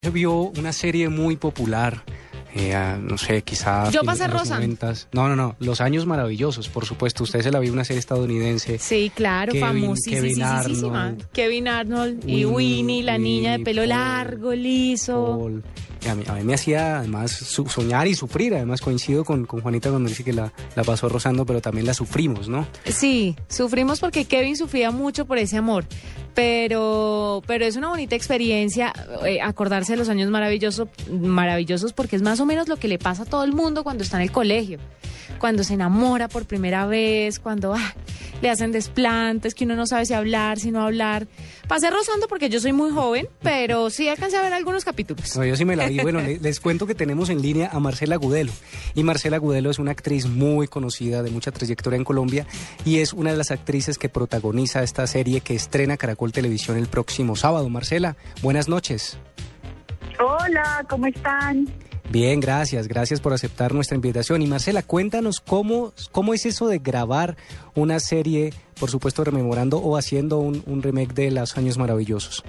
Se vio una serie muy popular, no sé, quizá... Yo pasé rozando. No, Los Años Maravillosos, por supuesto. Usted se la vio, una serie estadounidense. Sí, claro, famosísima. Kevin Arnold y Winnie, la niña de pelo largo, liso. Paul. A mí me hacía además soñar y sufrir. Además coincido con Juanita cuando dice que la pasó rozando, pero también la sufrimos, ¿no? Sí, sufrimos porque Kevin sufría mucho por ese amor. Pero es una bonita experiencia acordarse de los años maravillosos porque es más o menos lo que le pasa a todo el mundo cuando está en el colegio, cuando se enamora por primera vez, cuando le hacen desplantes, que uno no sabe si hablar, si no hablar. Pasé rozando porque yo soy muy joven, pero sí alcancé a ver algunos capítulos. No, yo sí me la vi. Bueno, les cuento que tenemos en línea a Marcela Agudelo. Y Marcela Agudelo es una actriz muy conocida, de mucha trayectoria en Colombia, y es una de las actrices que protagoniza esta serie que estrena Caracol Televisión el próximo sábado. Marcela, buenas noches. Hola, ¿cómo están? Bien, gracias por aceptar nuestra invitación. Y Marcela, cuéntanos cómo es eso de grabar una serie, por supuesto rememorando o haciendo un remake de Los Años Maravillosos.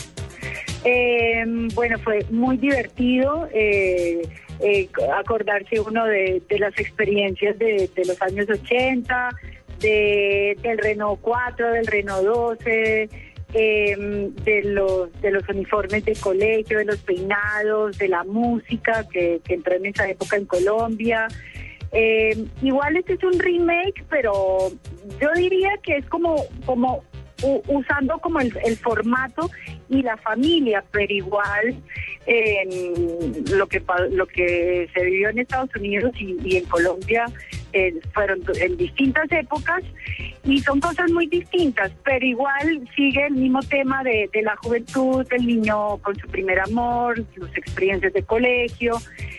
Bueno, fue muy divertido acordarse uno de las experiencias de los años 80, del Renault 4, del Renault 12, de los uniformes de colegio, de los peinados, de la música que entró en esa época en Colombia. Igual este es un remake, pero yo diría que es como usando como el formato y la familia, pero igual lo que se vivió en Estados Unidos y en Colombia fueron en distintas épocas y son cosas muy distintas, pero igual sigue el mismo tema de la juventud, del niño con su primer amor, sus experiencias de colegio,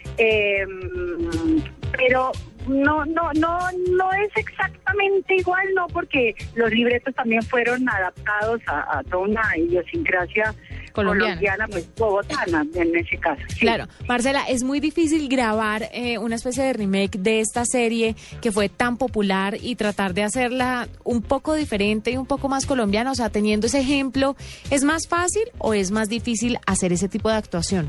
pero no es exactamente igual, no, porque los libretos también fueron adaptados a toda una idiosincrasia colombiana, pues bogotana en ese caso. Sí. Claro, Marcela, es muy difícil grabar una especie de remake de esta serie que fue tan popular y tratar de hacerla un poco diferente y un poco más colombiana, o sea, teniendo ese ejemplo, ¿es más fácil o es más difícil hacer ese tipo de actuación?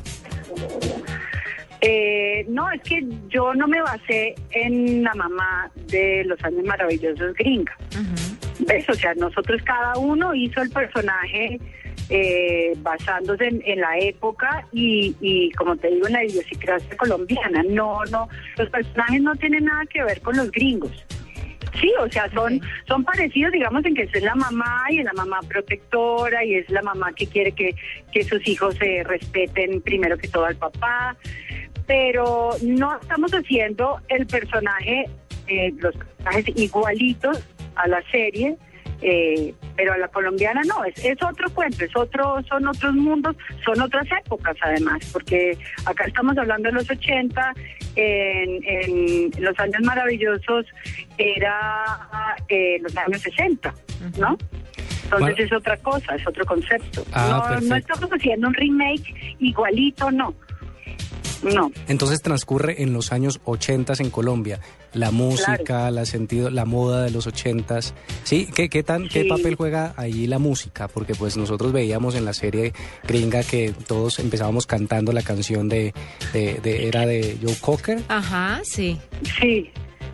No, es que yo no me basé en la mamá de Los Años Maravillosos gringa. Uh-huh. ¿Ves? O sea, nosotros cada uno hizo el personaje basándose en la época y como te digo, en la idiosincrasia colombiana. No, los personajes no tienen nada que ver con los gringos. Sí, o sea, son parecidos, digamos, en que es la mamá y es la mamá protectora y es la mamá que quiere que sus hijos se respeten primero que todo al papá, pero no estamos haciendo el personaje, los personajes igualitos a la serie, pero a la colombiana no, es otro cuento, son otros mundos, son otras épocas además, porque acá estamos hablando de los 80, en Los Años Maravillosos era los años 60, ¿no? Entonces es otra cosa, es otro concepto. No estamos haciendo un remake igualito, no. Entonces transcurre en los años 80 en Colombia. La música, claro. La moda de los 80. ¿Sí? ¿Qué papel juega ahí la música? Porque pues nosotros veíamos en la serie gringa que todos empezábamos cantando la canción era de Joe Cocker. Ajá, sí. Sí.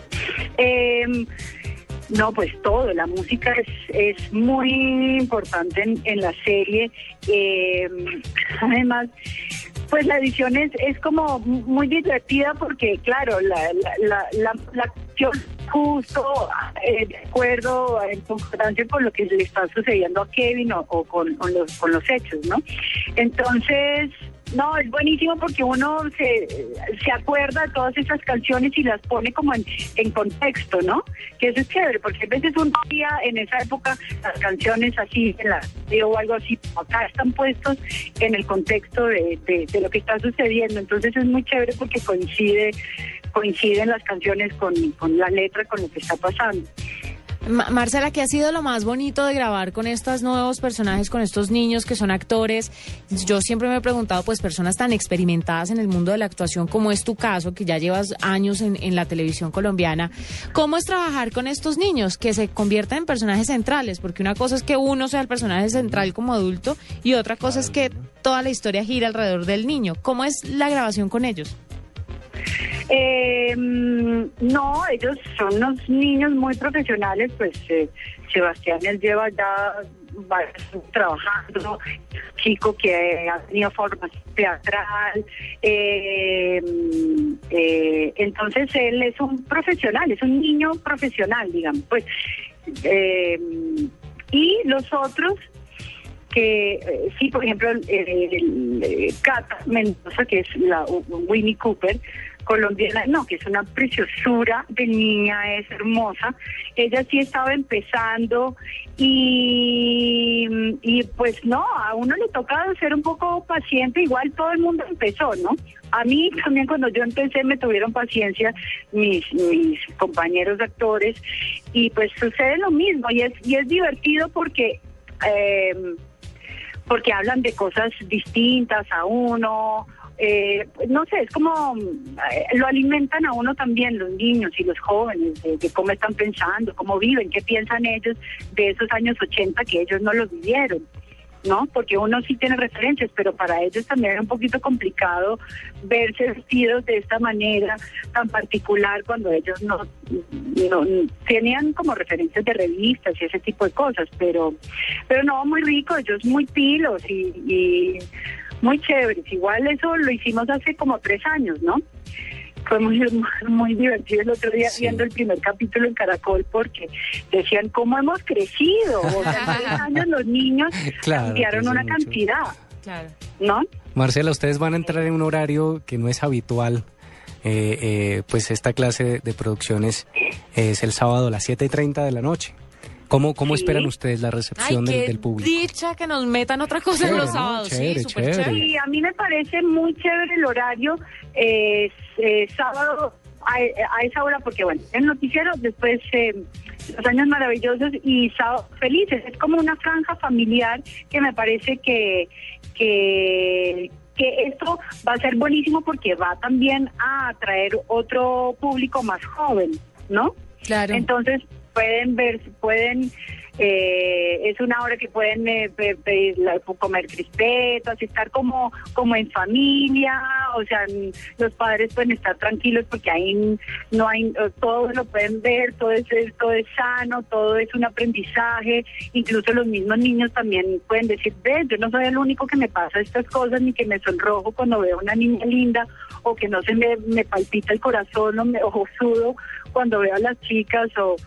No, pues todo, la música es muy importante en la serie. Además, pues la edición es como muy divertida porque, claro, la acción justo de acuerdo, en concordancia con lo que le está sucediendo a Kevin o con los hechos, ¿no? Entonces, no, es buenísimo porque uno se acuerda de todas esas canciones y las pone como en contexto, ¿no? Que eso es chévere, porque a veces un día en esa época las canciones así en la radio o algo así, acá están puestos en el contexto de lo que está sucediendo. Entonces es muy chévere porque coinciden las canciones con la letra, con lo que está pasando. Marcela, ¿qué ha sido lo más bonito de grabar con estos nuevos personajes, con estos niños que son actores? Yo siempre me he preguntado, pues personas tan experimentadas en el mundo de la actuación como es tu caso, que ya llevas años en la televisión colombiana, ¿cómo es trabajar con estos niños que se convierten en personajes centrales? Porque una cosa es que uno sea el personaje central como adulto y otra cosa es que toda la historia gira alrededor del niño. ¿Cómo es la grabación con ellos? No, ellos son unos niños muy profesionales, pues Sebastián él lleva ya trabajando, chico que ha tenido formación teatral, entonces él es un profesional, es un niño profesional, digamos, pues, y los otros que sí, por ejemplo, Cata Mendoza, que es la Winnie Cooper, colombiana, no, que es una preciosura de niña, es hermosa. Ella sí estaba empezando y pues no, a uno le toca ser un poco paciente, igual todo el mundo empezó, ¿no? A mí también cuando yo empecé me tuvieron paciencia mis compañeros actores y pues sucede lo mismo y es divertido porque hablan de cosas distintas a uno. No sé, es como lo alimentan a uno también los niños y los jóvenes de cómo están pensando, cómo viven, qué piensan ellos de esos años 80 que ellos no los vivieron, ¿no? Porque uno sí tiene referencias, pero para ellos también era un poquito complicado verse vestidos de esta manera tan particular cuando ellos no tenían como referencias de revistas y ese tipo de cosas, pero no, muy rico, ellos muy pilos y muy chéveres. Igual eso lo hicimos hace como 3 años, ¿no? Fue muy divertido el otro día viendo el primer capítulo en Caracol porque decían cómo hemos crecido. O sea, 3 años los niños cambiaron una cantidad, ¿no? Marcela, ustedes van a entrar en un horario que no es habitual. Pues esta clase de producciones es el sábado a las 7:30 de la noche. ¿Cómo esperan ustedes la recepción del público? Dicha que nos metan otra cosa en los sábados. Chévere, súper chévere. Sí, a mí me parece muy chévere el horario, sábado a esa hora, porque bueno, el noticiero, después Los Años Maravillosos y Sábado Felices, es como una franja familiar que me parece que esto va a ser buenísimo porque va también a atraer otro público más joven, ¿no? Claro. Entonces es una hora que pueden comer crispetas, estar como en familia, o sea, los padres pueden estar tranquilos porque ahí no hay, todo lo pueden ver, todo es sano, todo es un aprendizaje, incluso los mismos niños también pueden decir, yo no soy el único que me pasa estas cosas, ni que me sonrojo cuando veo una niña linda, o que no se me palpita el corazón, o sudo cuando veo a las chicas,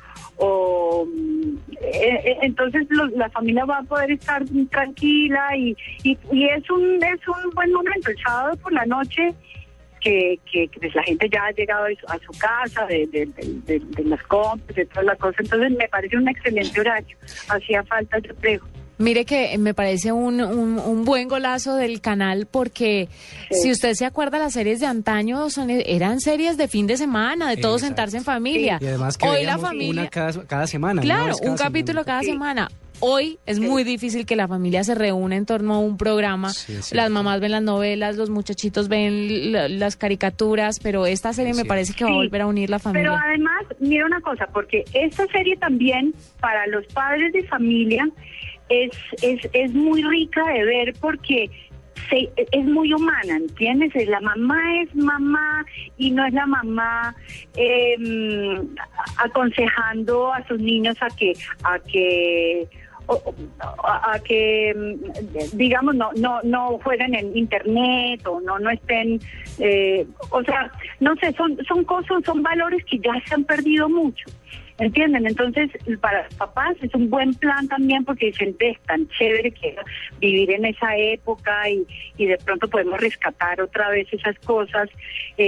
entonces la familia va a poder estar tranquila y es un buen momento el sábado por la noche que pues la gente ya ha llegado a su casa de las compras, de todas las cosas, entonces me parece un excelente horario, hacía falta, yo creo. Mire que me parece un buen golazo del canal porque si usted se acuerda, las series de antaño eran series de fin de semana, de todos sentarse en familia. Y además que hoy la familia una cada semana. Claro, un capítulo cada semana. Hoy es muy difícil que la familia se reúna en torno a un programa. Las mamás ven las novelas, los muchachitos ven las caricaturas, pero esta serie me parece que va a volver a unir la familia. Pero además, mira una cosa, porque esta serie también para los padres de familia es muy rica de ver porque es muy humana, ¿entiendes? La mamá es mamá y no es la mamá aconsejando a sus niños a que digamos no jueguen en internet o no estén o sea, no sé, son cosas, son valores que ya se han perdido mucho, ¿entienden? Entonces, para los papás es un buen plan también porque dicen, es tan chévere que era vivir en esa época y de pronto podemos rescatar otra vez esas cosas.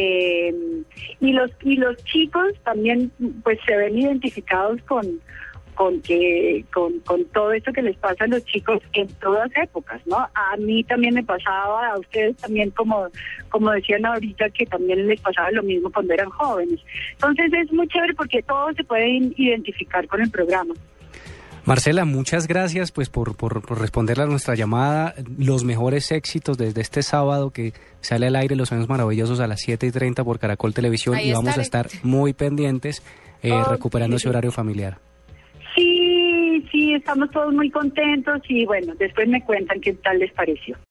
Y los chicos también pues se ven identificados con todo esto que les pasa a los chicos en todas épocas, ¿no? A mí también me pasaba, a ustedes también, como decían ahorita, que también les pasaba lo mismo cuando eran jóvenes. Entonces es muy chévere porque todos se pueden identificar con el programa. Marcela, muchas gracias pues por responderle a nuestra llamada. Los mejores éxitos desde este sábado que sale al aire Los Años Maravillosos a las 7:30 por Caracol Televisión. Ahí y vamos a estar muy pendientes recuperando ese horario familiar. Sí, estamos todos muy contentos y bueno, después me cuentan qué tal les pareció.